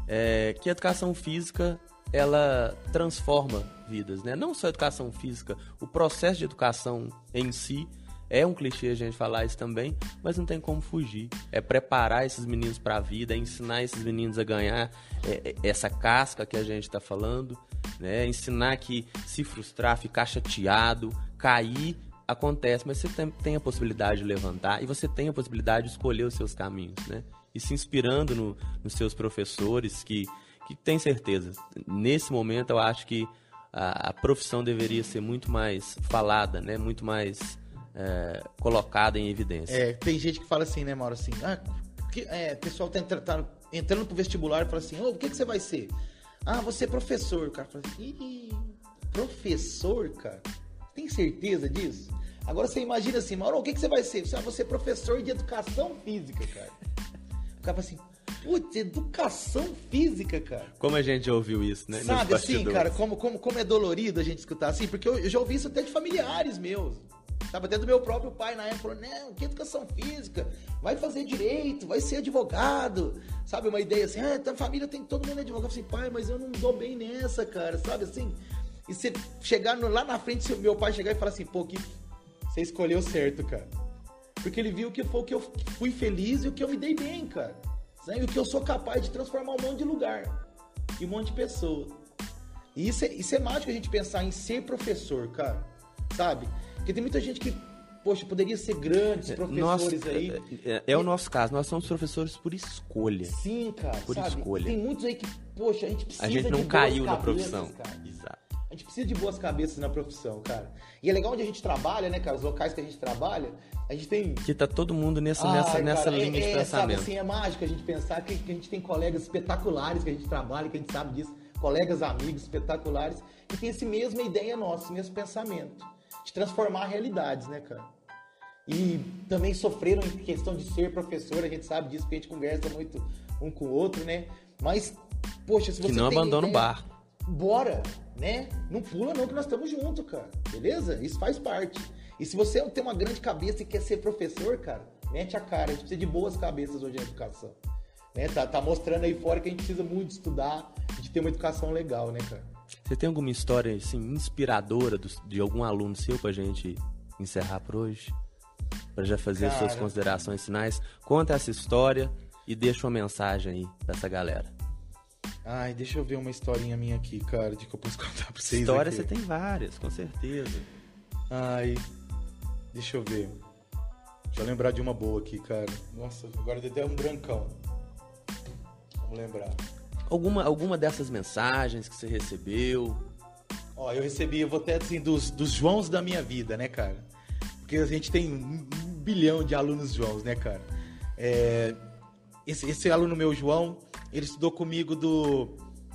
é, que a educação física, ela transforma vidas, né? Não só a educação física, o processo de educação em si, é um clichê a gente falar isso também, mas não tem como fugir. É preparar esses meninos para a vida, é ensinar esses meninos a ganhar é, essa casca que a gente está falando, né? Ensinar que se frustrar, ficar chateado, cair, acontece, mas você tem, tem a possibilidade de levantar e você tem a possibilidade de escolher os seus caminhos, né? E se inspirando no, nos seus professores que, que tem certeza. Nesse momento eu acho que a, a profissão deveria ser muito mais falada, né? Muito mais... É, colocada em evidência. É, tem gente que fala assim, né, Mauro, assim, ah, que, é, o pessoal tá, entra, tá entrando pro vestibular e fala assim, ô, oh, o que que você vai ser? Ah, você é professor. O cara fala assim, ih, professor, cara? Tem certeza disso? Agora você imagina assim, Mauro, o que que você vai ser? Você vai ser professor de educação física, cara. O cara fala assim, putz, educação física, cara. Como a gente já ouviu isso, né? Sabe assim, cara, como, como, como é dolorido a gente escutar assim, porque eu, eu já ouvi isso até de familiares meus. Sabe, até do meu próprio pai na época, falou, não, que educação física, vai fazer direito, vai ser advogado, sabe, uma ideia assim, ah, tua família tem, todo mundo é advogado, assim, pai, mas eu não dou bem nessa, cara, sabe, assim, e você chegar no, lá na frente, se o meu pai chegar e falar assim, pô, que você escolheu certo, cara, porque ele viu que foi o que eu fui feliz e o que eu me dei bem, cara, e o que eu sou capaz de transformar um monte de lugar, e um monte de pessoa. E isso é, isso é mágico a gente pensar em ser professor, cara, sabe? Porque tem muita gente que, poxa, poderia ser grandes professores Nós, aí. É, é, é o nosso caso, nós somos professores por escolha. Sim, cara, por sabe? escolha. Tem muitos aí que, poxa, a gente precisa A gente não de caiu boas na cabeças, profissão. cara. Exato. A gente precisa de boas cabeças na profissão, cara. E é legal onde a gente trabalha, né, cara? Os locais que a gente trabalha, a gente tem... Que tá todo mundo nessa, Ai, nessa, cara, nessa é, linha de é, pensamento. Sabe, assim, é mágico a gente pensar que, que a gente tem colegas espetaculares que a gente trabalha, que a gente sabe disso, colegas, amigos espetaculares, que tem essa mesma ideia nossa, esse mesmo pensamento, de transformar realidades, né, cara? E também sofreram em questão de ser professor, a gente sabe disso, porque a gente conversa muito um com o outro, né? Mas, poxa, se você que não tem abandona o ideia, barco. Bora, né? Não pula não que nós estamos juntos, cara. Beleza? Isso faz parte. E se você tem uma grande cabeça e quer ser professor, cara, mete a cara. A gente precisa de boas cabeças hoje na educação. Né? Tá, tá mostrando aí fora que a gente precisa muito estudar, de ter uma educação legal, né, cara? Você tem alguma história, assim, inspiradora do, de algum aluno seu pra gente encerrar por hoje? Pra já fazer Cara, suas considerações finais? Conta essa história e deixa uma mensagem aí pra essa galera. Ai, deixa eu ver uma historinha minha aqui, cara, de que eu posso contar pra vocês. História aqui. você tem várias, com certeza. Ai, deixa eu ver. Deixa eu lembrar de uma boa aqui, cara. Nossa, agora deu até um brancão. Vamos lembrar. Alguma, alguma dessas mensagens que você recebeu? Ó, eu recebi, eu vou até assim, dos, dos Joãos da minha vida, né, cara? Porque a gente tem um, um bilhão de alunos Joãos, né, cara? É, esse, esse aluno meu, João, ele estudou comigo do,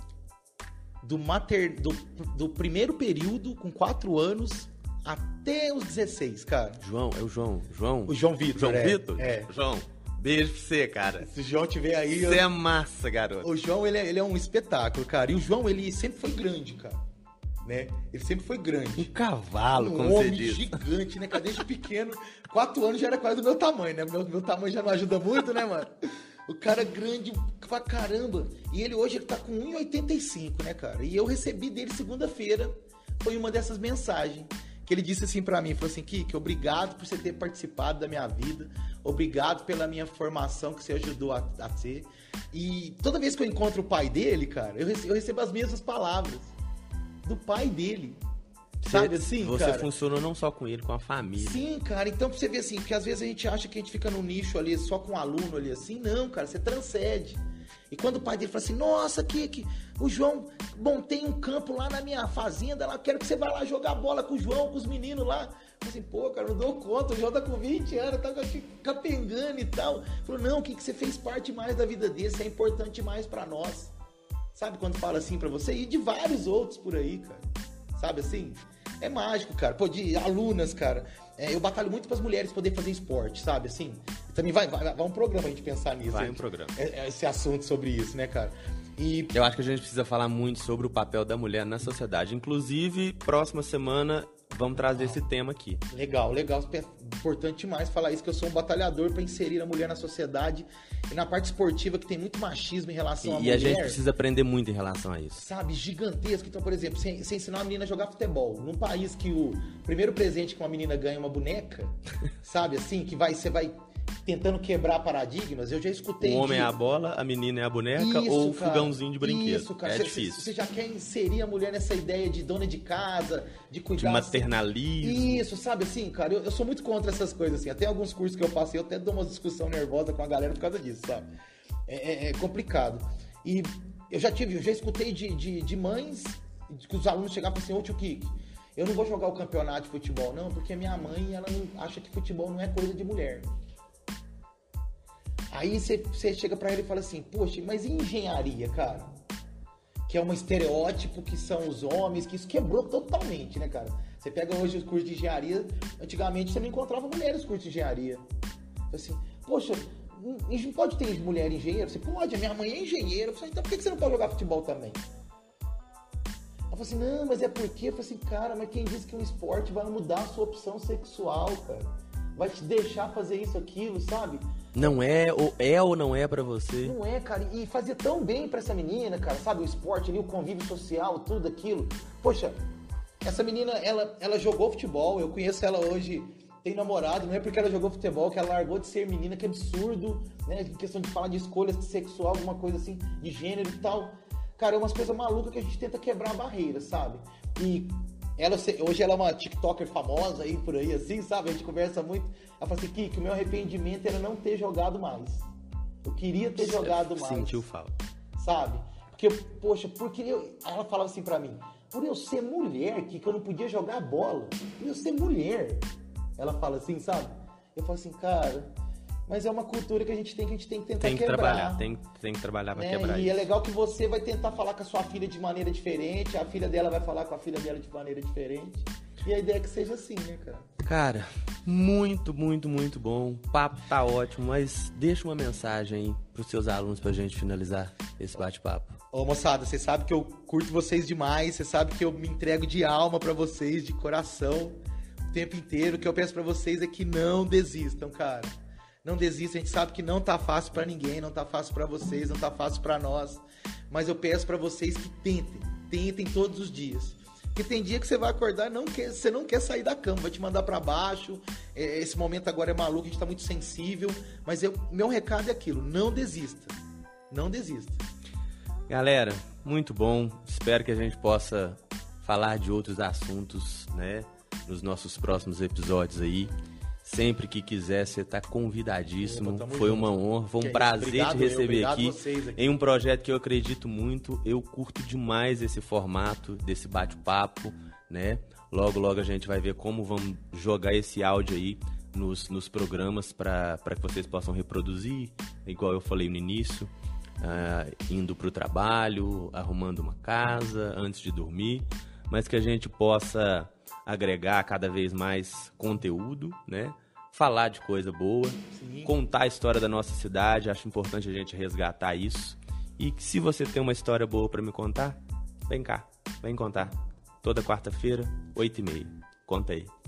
do, mater, do, do primeiro período, com quatro anos, até os dezesseis, cara. João, é o João. João? O João Vitor, João é, Vitor? É. João, beijo pra você, cara. Se o João tiver aí... Você eu... é massa, garoto. O João, ele é, ele é um espetáculo, cara. E o João, ele sempre foi grande, cara. Né? Ele sempre foi grande. Um cavalo, um como você homem diz. gigante, né? Desde pequeno, quatro anos já era quase do meu tamanho, né? Meu, meu tamanho já não ajuda muito, né, mano? O cara grande pra caramba. E ele hoje ele tá com um e oitenta e cinco, né, cara? E eu recebi dele segunda-feira, foi uma dessas mensagens. Que ele disse assim pra mim, falou assim, Kiki, obrigado por você ter participado da minha vida, obrigado pela minha formação que você ajudou a, a ter. E toda vez que eu encontro o pai dele, cara, eu recebo, eu recebo as mesmas palavras do pai dele. Sabe assim, você cara? funcionou não só com ele, com a família. Sim, cara. Então, pra você ver assim, que às vezes a gente acha que a gente fica num nicho ali, só com um aluno ali assim. Não, cara, você transcende. E quando o pai dele fala assim, nossa, Kiki, o João, bom, tem um campo lá na minha fazenda, lá, quero que você vá lá jogar bola com o João, com os meninos lá. Eu assim, pô, cara, não dou conta, o João tá com vinte anos, tá aqui capengando e tal. Falou, não, Kiki, você fez parte mais da vida dele, você é importante mais pra nós. Sabe quando fala assim pra você? E de vários outros por aí, cara. Sabe assim? É mágico, cara. Pô, de alunas, cara. É, eu batalho muito para as mulheres poderem fazer esporte, sabe? Assim, também vai, vai, vai um programa a gente pensar nisso. Vai gente. um programa. É, esse assunto sobre isso, né, cara? E... Eu acho que a gente precisa falar muito sobre o papel da mulher na sociedade. Inclusive, próxima semana, vamos trazer ah, esse tema aqui. Legal, legal. Importante demais falar isso, que eu sou um batalhador para inserir a mulher na sociedade e na parte esportiva, que tem muito machismo em relação e, à e mulher. E a gente precisa aprender muito em relação a isso. Sabe, gigantesco. Então, por exemplo, você, você ensinar uma menina a jogar futebol, num país que o primeiro presente que uma menina ganha é uma boneca, sabe, assim, que vai, você vai tentando quebrar paradigmas, eu já escutei... O homem de... é a bola, a menina é a boneca isso, ou o cara, fogãozinho de brinquedo. Isso, cara. É cê, difícil. Você já quer inserir a mulher nessa ideia de dona de casa, de cuidar... De maternalismo. Isso, sabe assim, cara, eu, eu sou muito contra essas coisas, assim. Até alguns cursos que eu passei, eu até dou uma discussão nervosa com a galera por causa disso, sabe? É, é, é complicado. E eu já tive, eu já escutei de, de, de mães, que os alunos chegavam assim, ô tio Kiki, eu não vou jogar o campeonato de futebol, não, porque minha mãe, ela não, acha que futebol não é coisa de mulher. Aí você chega pra ele e fala assim, poxa, mas e engenharia, cara? Que é um estereótipo que são os homens, que isso quebrou totalmente, né, cara? Você pega hoje os cursos de engenharia, antigamente você não encontrava mulheres nos cursos de engenharia. Assim, poxa, não pode ter mulher engenheira? Você pode, a minha mãe é engenheira. Eu falei, então por que você não pode jogar futebol também? Ela falou assim, não, mas é porque... Eu falei assim, cara, mas quem disse que um esporte vai mudar a sua opção sexual, cara? Vai te deixar fazer isso, aquilo, sabe? Não é, ou é ou não é pra você? Não é, cara. E fazia tão bem pra essa menina, cara, sabe? O esporte ali, o convívio social, tudo aquilo. Poxa, essa menina, ela, ela jogou futebol. Eu conheço ela hoje, tem namorado. Não é porque ela jogou futebol que ela largou de ser menina, que absurdo, né? Em questão de falar de escolha sexual, alguma coisa assim, de gênero e tal. Cara, é umas coisas malucas que a gente tenta quebrar a barreira, sabe? E ela, hoje ela é uma TikToker famosa aí, por aí, assim, sabe? A gente conversa muito. Ela fala assim, Kiki, o meu arrependimento era não ter jogado mais. Eu queria ter jogado mais. Sentiu falta. Sabe? Porque, poxa, porque eu... Ela falava assim pra mim, por eu ser mulher, Kiki, eu não podia jogar bola. Por eu ser mulher. Ela fala assim, sabe? Eu falo assim, cara... Mas é uma cultura que a gente tem que a gente tem que tentar tem que quebrar. Trabalhar, tem, tem que trabalhar pra né? quebrar E isso. é legal que você vai tentar falar com a sua filha de maneira diferente, a filha dela vai falar com a filha dela de maneira diferente. E a ideia é que seja assim, né, cara? Cara, muito, muito, muito bom. O papo tá ótimo, mas deixa uma mensagem aí pros seus alunos pra gente finalizar esse bate-papo. Ô, moçada, você sabe que eu curto vocês demais, você sabe que eu me entrego de alma pra vocês, de coração, o tempo inteiro. O que eu peço pra vocês é que não desistam, cara. Não desista, a gente sabe que não tá fácil pra ninguém, não tá fácil pra vocês, não tá fácil pra nós. Mas eu peço pra vocês que tentem, tentem todos os dias. Porque tem dia que você vai acordar e não quer, você não quer sair da cama, vai te mandar pra baixo. Esse momento agora é maluco, a gente tá muito sensível. Mas eu, meu recado é aquilo, não desista. Não desista. Galera, muito bom. Espero que a gente possa falar de outros assuntos, né, nos nossos próximos episódios aí. Sempre que quiser, você está convidadíssimo. Opa, foi junto. Uma honra, foi um que prazer obrigado, te receber aqui, aqui em um projeto que eu acredito muito. Eu curto demais esse formato, desse bate-papo, né? Logo, logo a gente vai ver como vamos jogar esse áudio aí nos, nos programas para que vocês possam reproduzir, igual eu falei no início, uh, indo para o trabalho, arrumando uma casa, antes de dormir, mas que a gente possa agregar cada vez mais conteúdo, né? Falar de coisa boa, sim, contar a história da nossa cidade. Acho importante a gente resgatar isso. E que se você tem uma história boa para me contar, vem cá, vem contar. Toda quarta-feira, oito e meia. Conta aí.